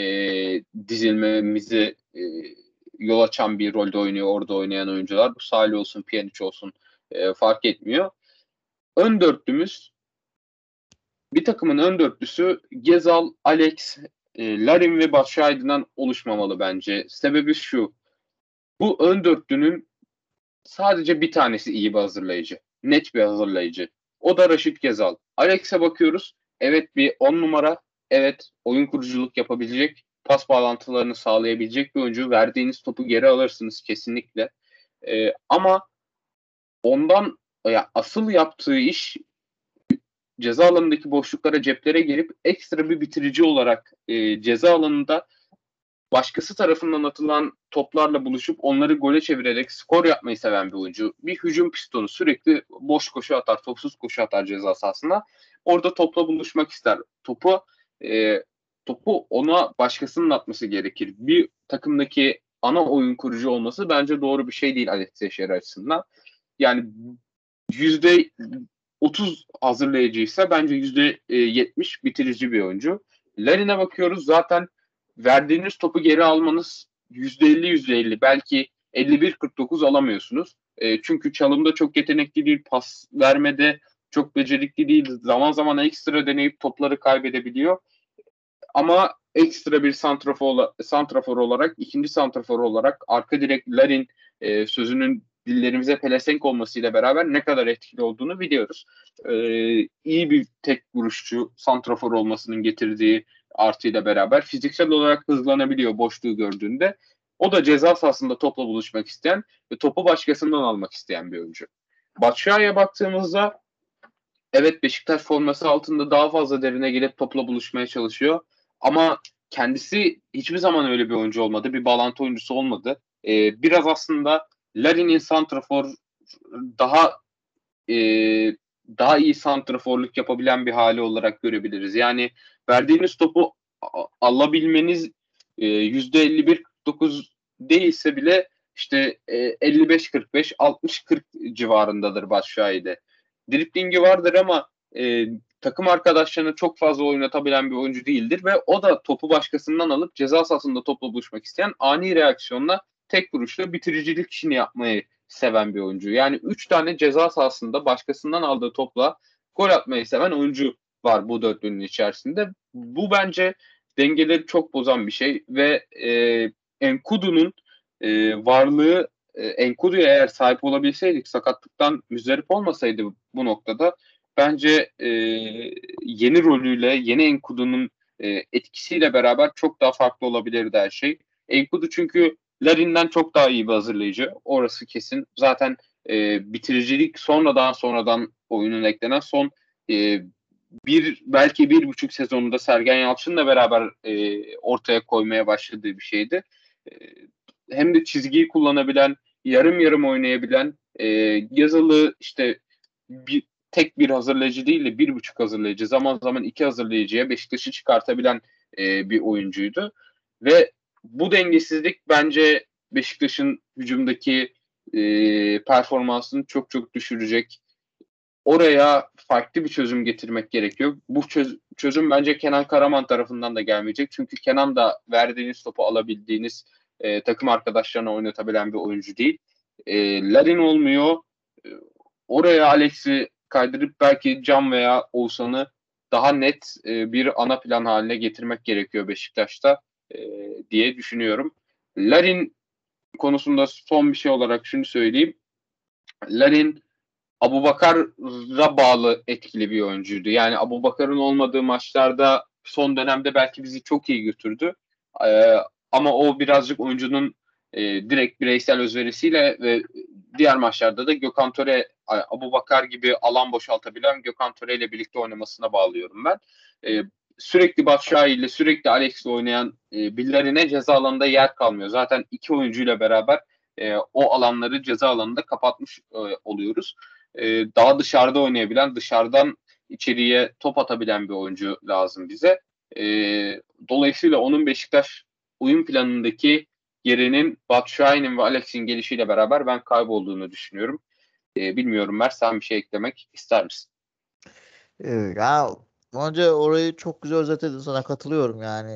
dizilmemizi e, yol açan bir rolde oynuyor orada oynayan oyuncular. Bu Salih olsun, Pjanic olsun e, fark etmiyor. Ön dörtlümüz bir takımın ön dörtlüsü Gezal, Alex, e, Larin ve Batshuayi'den oluşmamalı bence. Sebebi şu. Bu ön dörtlünün sadece bir tanesi iyi bir hazırlayıcı. Net bir hazırlayıcı. O da Raşit Gezal. Alex'e bakıyoruz. Evet bir on numara. Evet oyun kuruculuk yapabilecek. Pas bağlantılarını sağlayabilecek bir oyuncu. Verdiğiniz topu geri alırsınız kesinlikle. Ee, ama ondan ya asıl yaptığı iş ceza alanındaki boşluklara, ceplere girip ekstra bir bitirici olarak e, ceza alanında başkası tarafından atılan toplarla buluşup onları gole çevirerek skor yapmayı seven bir oyuncu. Bir hücum pistonu, sürekli boş koşu atar, topsuz koşu atar ceza sahasında. Orada topla buluşmak ister. Topu e, topu ona başkasının atması gerekir. Bir takımdaki ana oyun kurucu olması bence doğru bir şey değil Alex Teixeira açısından. Yani yüzde otuz hazırlayıcıysa bence yüzde yetmiş bitirici bir oyuncu. Larin'e bakıyoruz, zaten verdiğiniz topu geri almanız yüzde elli yüzde elli, belki elli bir kırk dokuz alamıyorsunuz. E, çünkü çalımda çok yetenekli değil, pas vermede çok becerikli değil. Zaman zaman ekstra deneyip topları kaybedebiliyor. Ama ekstra bir santrafor, santrafor olarak, ikinci santrafor olarak arka direkt Larin e, sözünün dillerimize pelesenk olmasıyla beraber ne kadar etkili olduğunu biliyoruz. E, iyi bir tek vuruşçu santrafor olmasının getirdiği artıyla beraber fiziksel olarak hızlanabiliyor boşluğu gördüğünde. O da ceza sahasında topla buluşmak isteyen ve topu başkasından almak isteyen bir oyuncu. Batshuayi'ye baktığımızda evet Beşiktaş forması altında daha fazla derine gelip topla buluşmaya çalışıyor. Ama kendisi hiçbir zaman öyle bir oyuncu olmadı. Bir bağlantı oyuncusu olmadı. Ee, biraz aslında Larin'in santrafor daha e, daha iyi santraforluk yapabilen bir hali olarak görebiliriz. Yani verdiğiniz topu alabilmeniz e, yüzde elli bir kırk dokuz değilse bile işte e, elli beş kırk beş altmış kırk civarındadır Batshuayi'de. Driblingi vardır ama e, takım arkadaşlarını çok fazla oynatabilen bir oyuncu değildir ve o da topu başkasından alıp ceza sahasında topla buluşmak isteyen ani reaksiyonla tek vuruşla bitiricilik işini yapmayı seven bir oyuncu. Yani üç tane ceza sahasında başkasından aldığı topla gol atmayı seven oyuncu var bu dörtlünün içerisinde. Bu bence dengeleri çok bozan bir şey ve e, Enkudu'nun e, varlığı e, Enkudu'ya eğer sahip olabilseydik, sakatlıktan müzdarip olmasaydı bu noktada, bence e, yeni rolüyle, yeni Enkudu'nun e, etkisiyle beraber çok daha farklı olabilirdi her şey. Enkudu çünkü Larin'den çok daha iyi bir hazırlayıcı. Orası kesin. Zaten e, bitiricilik sonradan sonradan oyunun eklenen son e, bir belki bir buçuk sezonunda Sergen Yalçın'la beraber e, ortaya koymaya başladığı bir şeydi. E, hem de çizgiyi kullanabilen, yarım yarım oynayabilen, e, yazılı işte bir, tek bir hazırlayıcı değil de bir buçuk hazırlayıcı, zaman zaman iki hazırlayıcıya Beşiktaş'ı çıkartabilen e, bir oyuncuydu. Ve bu dengesizlik bence Beşiktaş'ın hücumdaki e, performansını çok çok düşürecek. Oraya farklı bir çözüm getirmek gerekiyor. Bu çöz- çözüm bence Kenan Karaman tarafından da gelmeyecek. Çünkü Kenan da verdiğiniz topu alabildiğiniz e, takım arkadaşlarına oynatabilen bir oyuncu değil. E, Larin olmuyor. E, oraya Alex'i kaydırıp belki Can veya Oğuzhan'ı daha net e, bir ana plan haline getirmek gerekiyor Beşiktaş'ta e, diye düşünüyorum. Larin konusunda son bir şey olarak şunu söyleyeyim. Larin Abubakar'a bağlı etkili bir oyuncuydu. Yani Abubakar'ın olmadığı maçlarda son dönemde belki bizi çok iyi götürdü. Ee, ama o birazcık oyuncunun e, direkt bireysel özverisiyle ve diğer maçlarda da Gökhan Töre, Abubakar gibi alan boşaltabilen Gökhan Töre ile birlikte oynamasına bağlıyorum ben. Ee, sürekli Batshuayi ile sürekli Alex'le oynayan e, birilerine ceza alanında yer kalmıyor. Zaten iki oyuncuyla beraber e, o alanları ceza alanında kapatmış e, oluyoruz. E, daha dışarıda oynayabilen, dışarıdan içeriye top atabilen bir oyuncu lazım bize. E, dolayısıyla onun Beşiktaş oyun planındaki yerinin Batshuayi'nin ve Alex'in gelişiyle beraber ben kaybolduğunu düşünüyorum. E, bilmiyorum Mert, sen bir şey eklemek ister misin? Ee, ya önce orayı çok güzel özetledin, sana katılıyorum yani.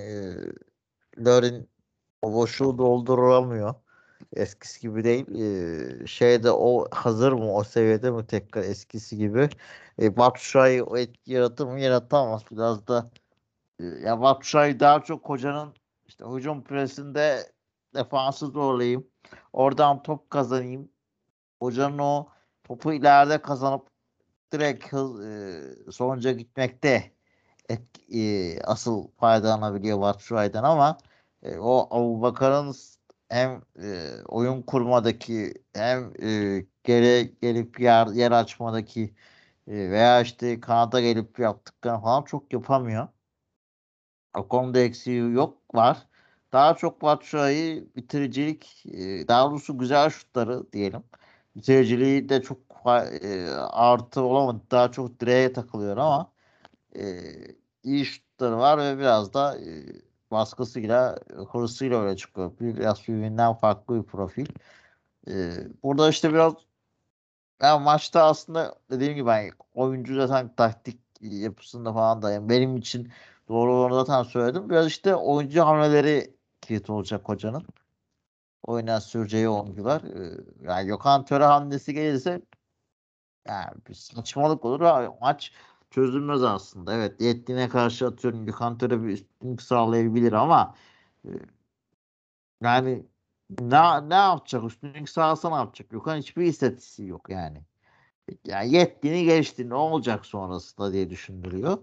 E, Larin o boşluğu dolduramıyor. Eskisi gibi değil. Ee, şeyde o hazır mı? O seviyede mi tekrar eskisi gibi? E, Batshuayi o etki yaratır mı? Yaratamaz. Biraz da e, ya Batshuayi daha çok hocanın işte hücum presinde defansı zorlayayım. Oradan top kazanayım. Hocanın o topu ileride kazanıp direkt hız, e, sonuca gitmekte et, e, asıl faydalanabiliyor Batshuayi'den ama e, o Abubakar'ın hem e, oyun kurmadaki hem e, geri gelip yer, yer açmadaki e, veya işte kanada gelip yaptıklarını falan çok yapamıyor. O konuda eksiği yok var. Daha çok Batshuayi bitiricilik, e, daha doğrusu güzel şutları diyelim. Bitiriciliği de çok fa- e, artı olamadı. Daha çok direğe takılıyor ama e, iyi şutları var ve biraz da e, baskısıyla, hırsıyla öyle çıkıyor. Bir- Biraz birbirinden farklı bir profil. E, burada işte biraz yani maçta aslında dediğim gibi ben oyuncu zaten taktik yapısında falan da yani benim için doğru olanı zaten söyledim. Biraz işte oyuncu hamleleri kilit olacak hocanın. Oyuna süreceği oyuncular. E, yani Gökhan Töre hamlesi gelirse yani bir saçmalık olur. Ha, maç çözülmez aslında. Evet, Yettin'e karşı atıyorum Gökhan Töre bir üstünlük sağlayabilir ama e, yani ne, ne yapacak? Üstünlük sağlasa ne yapacak? Gökhan hiçbir istatistiği yok yani. Yani Yettin'i geçti. Ne olacak sonrasında diye düşündürüyor.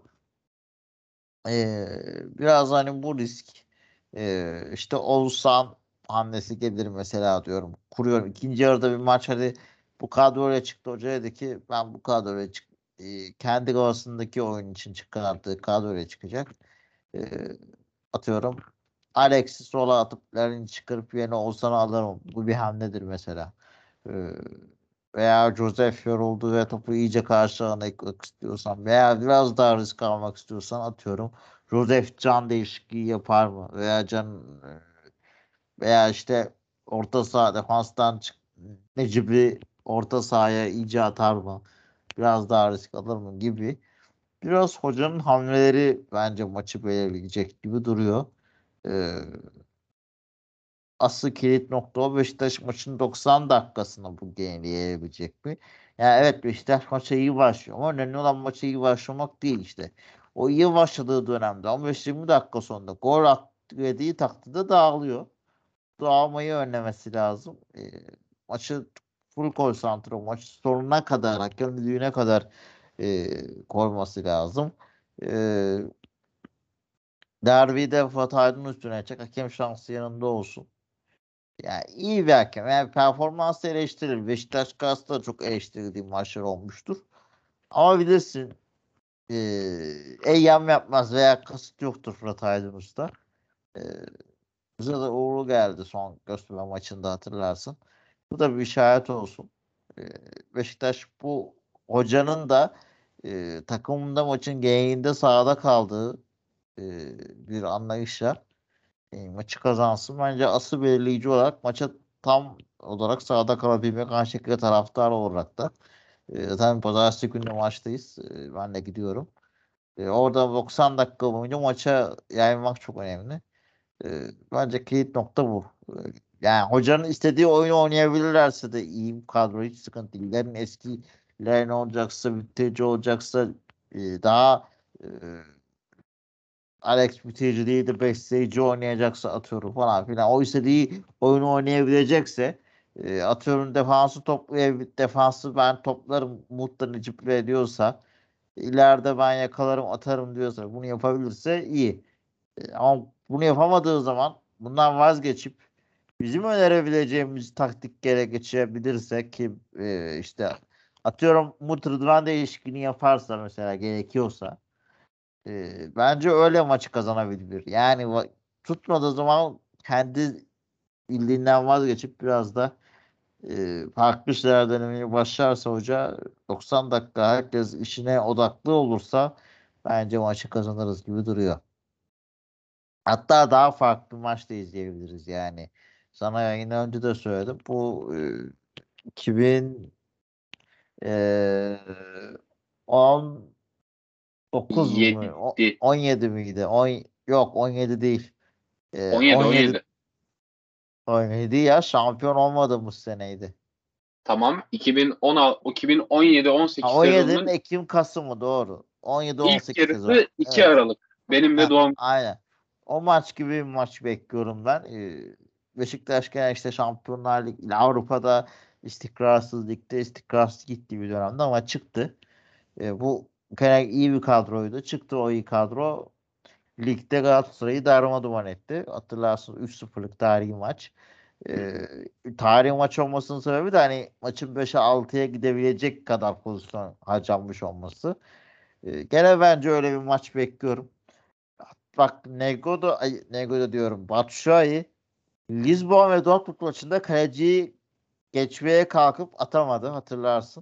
Ee, biraz hani bu risk ee, işte Oğuzhan hamlesi gelir mesela diyorum. Kuruyorum. İkinci yarıda bir maç hadi bu kadroyla çıktı. Hoca dedi ki ben bu kadroyla çık ee, kendi kafasındaki oyun için çıkardığı kadroyla çıkacak. Ee, atıyorum Alex'i sola atıp Larin'i çıkarıp yerine Oğuzhan'ı alırım. Bu bir hamledir mesela. Ee, veya Joseph yoruldu ve topu iyice karşı alana eklemek istiyorsan veya biraz daha risk almak istiyorsan atıyorum Joseph Can değişikliği yapar mı? Veya Can veya işte orta saha defanstan çık Necip'i orta sahaya iyice atar mı? Biraz daha risk alır mı gibi. Biraz hocanın hamleleri bence maçı belirleyecek gibi duruyor. Ee, asıl kilit nokta o Beşiktaş maçın doksan dakikasında bu yenileyebilecek mi? Yani evet, Beşiktaş maça iyi başlıyor ama önemli olan maça iyi başlamak değil işte. O iyi başladığı dönemde on beş yirmi dakika sonunda gol at, yediği takdirde dağılıyor. Dağılmayı önlemesi lazım. Ee, maçı full konsantre, maç sonuna kadar, hakem düdüğüne kadar e, koyması lazım. E, Derbide Fuat Aydın üstüne açacak. Hakem şansı yanında olsun. Yani iyi bir hakem. Yani performansı eleştirilir. Beşiktaş Galatasaray'da çok eleştirildiği maçlar olmuştur. Ama bilirsin e, eyyam yapmaz veya kasıt yoktur Fırat Aydın Usta. E, Bize de uğurlu geldi son Göztepe maçında, hatırlarsın. Bu da bir işaret olsun. E, Beşiktaş bu hocanın da e, takımında maçın genelinde sahada kaldığı e, bir anlayışla e, maçı kazansın. Bence asıl belirleyici olarak maça tam olarak sahada kalabilmek, aynı şekilde taraftar olarak da. E, zaten pazartesi günü maçtayız. E, ben de gidiyorum. E, orada doksan dakika boyunca maça yaymak çok önemli. E, Bence kilit nokta bu. E, Yani hocanın istediği oyunu oynayabilirlerse de iyi bir kadro, hiç sıkıntı değil. İlerin eskiler ne olacaksa, bitirici olacaksa, e, daha e, Alex bitirici değil de besleyici oynayacaksa atıyorum falan filan. O istediği oyunu oynayabilecekse, e, atıyorum defansı toplayabilir, defansı ben toplarım Umut'la Necip ediyorsa, ileride ben yakalarım atarım diyorsa, bunu yapabilirse iyi. E, ama bunu yapamadığı zaman bundan vazgeçip bizim önerebileceğimiz taktiklere geçebilirsek ki e, işte atıyorum Umut Rıdvan değişikliğini yaparsa mesela, gerekiyorsa, e, bence öyle maçı kazanabilir. Yani va- tutmadığı zaman kendi bildiğinden vazgeçip biraz da e, farklı şeyler denemeye başlarsa hoca, doksan dakika herkes işine odaklı olursa bence maçı kazanırız gibi duruyor. Hatta daha farklı maç da izleyebiliriz yani. Sana yine önce de söyledim. Bu e, iki bin on dokuz mu? O- yedi. on yedi miydi? On, yok on yedi değil. E, on yedi on yedi on yedi. on yedi ya, şampiyon olmadığımız seneydi. Tamam. iki bin on altı, Ha, iki bin on yedi on sekiz on yedinin sezonunun Ekim Kasım'ı, doğru. ilk on yedi on sekiz sezon. yarısı iki Evet. Aralık. Benim de Ha, doğum. aynen. O maç gibi bir maç bekliyorum ben. Ee, Beşiktaş gene işte Şampiyonlar Ligi, Avrupa'da istikrarsız, ligde istikrarsız gittiği bir dönemde ama çıktı. Ee, bu gene iyi bir kadroydu. Çıktı o iyi kadro. Ligde Galatasaray'ı darmadağın etti. Hatırlarsınız, üç sıfırlık tarihi maç. Ee, Tarihi maç olmasının sebebi de hani maçın beşe altıya gidebilecek kadar pozisyon harcanmış olması. Ee, gene bence öyle bir maç bekliyorum. Bak Nego'da, ay, Nego'da diyorum. Batshuayi Lisbon ve Dortmund maçında kaleciyi geçmeye kalkıp atamadı, hatırlarsın.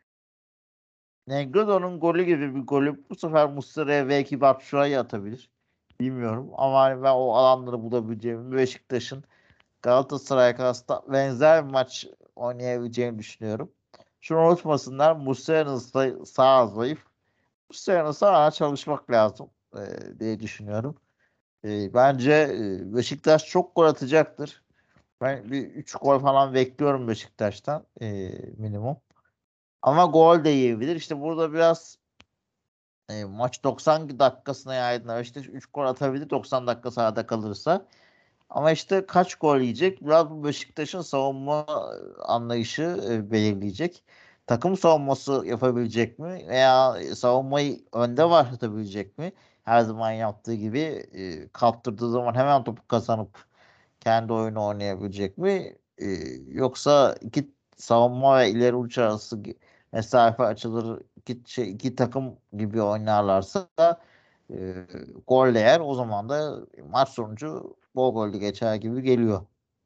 Negredo'nun golü gibi bir golü bu sefer Muslera'ya belki Batshuayi atabilir. Bilmiyorum ama hani ben o alanları bulabileceğimi, Beşiktaş'ın Galatasaray'a karşı benzer bir maç oynayabileceğini düşünüyorum. Şunu unutmasınlar, Muslera'nın sa- sağ zayıf. Muslera'nın sağına çalışmak lazım e, diye düşünüyorum. E, bence e, Beşiktaş çok gol atacaktır. Ben bir üç gol falan bekliyorum Beşiktaş'tan e, minimum. Ama gol de yiyebilir. İşte burada biraz e, maç doksan dakikasına yayılır. İşte üç gol atabilir doksan dakika sahada kalırsa. Ama işte kaç gol yiyecek? Biraz bu Beşiktaş'ın savunma anlayışı e, belirleyecek. Takım savunması yapabilecek mi? Veya savunmayı önde başlatabilecek mi? Her zaman yaptığı gibi e, kaptırdığı zaman hemen topu kazanıp kendi oyunu oynayabilecek mi? E, Yoksa iki savunma ve ileri uç arası gi- mesafe açılır, iki, şey, iki takım gibi oynarlarsa e, gol yer. O zaman da maç sonucu bol gollü geçer gibi geliyor.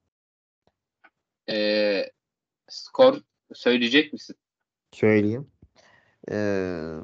Ee, Skor söyleyecek misin? Söyleyeyim. Ee,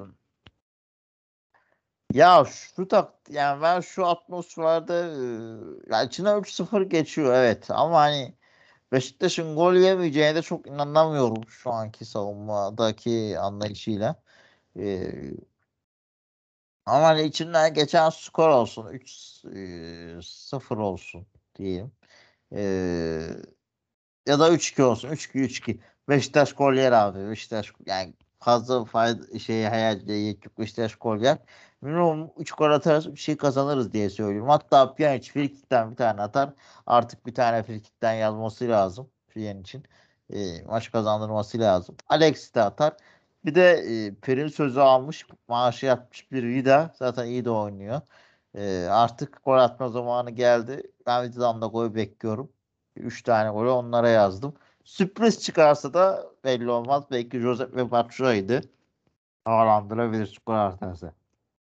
Ya şu tak yani ben şu atmosferde e, ya içine üç sıfır geçiyor, evet, ama hani Beşiktaş'ın gol yemeyeceğine de çok inanamıyorum şu anki savunmadaki anlayışıyla. Ee, Ama hani içinden geçen skor olsun, üç sıfır olsun diyeyim. Ee, Ya da üç iki olsun. üç iki üç iki. Beşiktaş gol yer abi. Beşiktaş yani fazla fayda şey hayal yok. Beşiktaş gol yer. Minimum üç gol atarız, bir şey kazanırız diye söylüyorum. Hatta Pjanic frikikten bir tane atar. Artık bir tane frikikten yazması lazım Pjanic'in. e, maç kazandırması lazım. Alex de atar. Bir de e, prim sözü almış. Maaşı yatmış bir Vida. Zaten iyi de oynuyor. E, artık gol atma zamanı geldi. Ben Vida'dan da gol bekliyorum. Üç tane golü onlara yazdım. Sürpriz çıkarsa da belli olmaz. Belki Josep ve Batshuayi'di. Havalandırabilir skor artarsa.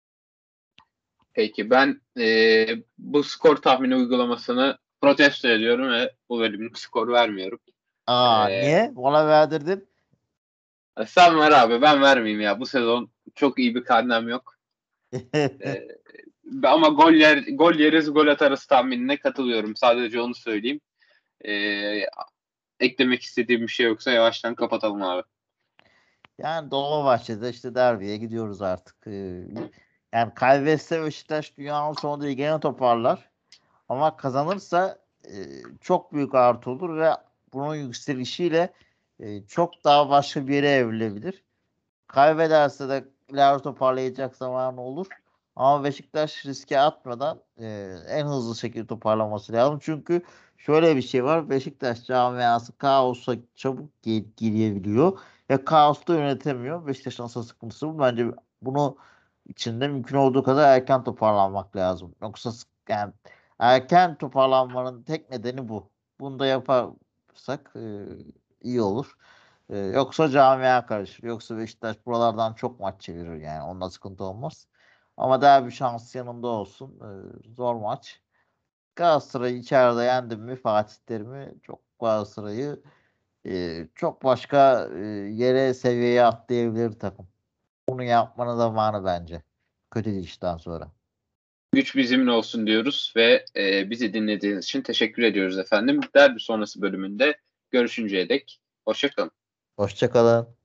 Peki ben e, bu skor tahmini uygulamasını protesto ediyorum ve bu bölümün skor vermiyorum. Aa, E, niye? Bana verdirdin. Sen ver abi, ben vermeyeyim ya. Bu sezon çok iyi bir karnem yok. E, Ama gol yer, gol yeriz gol atarız tahminine katılıyorum. Sadece onu söyleyeyim. E, Eklemek istediğim bir şey yoksa yavaştan kapatalım abi. Yani Dolmabahçe'de işte derbiye gidiyoruz artık. Ee, yani kaybetse Beşiktaş dünyanın sonunda ligini toparlar. Ama kazanırsa e, çok büyük artı olur ve bunun yükselişiyle e, çok daha başka bir yere evrilebilir. Kaybederse de ileride toparlayacak zamanı olur. Ama Beşiktaş riske atmadan e, en hızlı şekilde toparlaması lazım. Çünkü şöyle bir şey var. Beşiktaş camiası kaosa çabuk gir- girebiliyor. Ve kaosta yönetemiyor. Beşiktaş'ın asıl sıkıntısı bu. Bence bunu içinde mümkün olduğu kadar erken toparlanmak lazım. Yoksa sık- yani erken toparlanmanın tek nedeni bu. Bunu da yaparsak e, iyi olur. Ee, yoksa camia karışır. Yoksa Beşiktaş buralardan çok maç çevirir yani. Onda sıkıntı olmaz. Ama daha bir şans yanında olsun. Ee, zor maç. Galatasaray'ı içeride yendim mi Fatih Terim'i çok Galatasaray'ı e, çok başka e, yere seviyeye atlayabilir takım. Bunu yapmanın zamanı bence. Kötü işten sonra. Güç bizimle olsun diyoruz ve e, bizi dinlediğiniz için teşekkür ediyoruz efendim. Derbi sonrası bölümünde görüşünceye dek hoşça kalın. Hoşçakalın.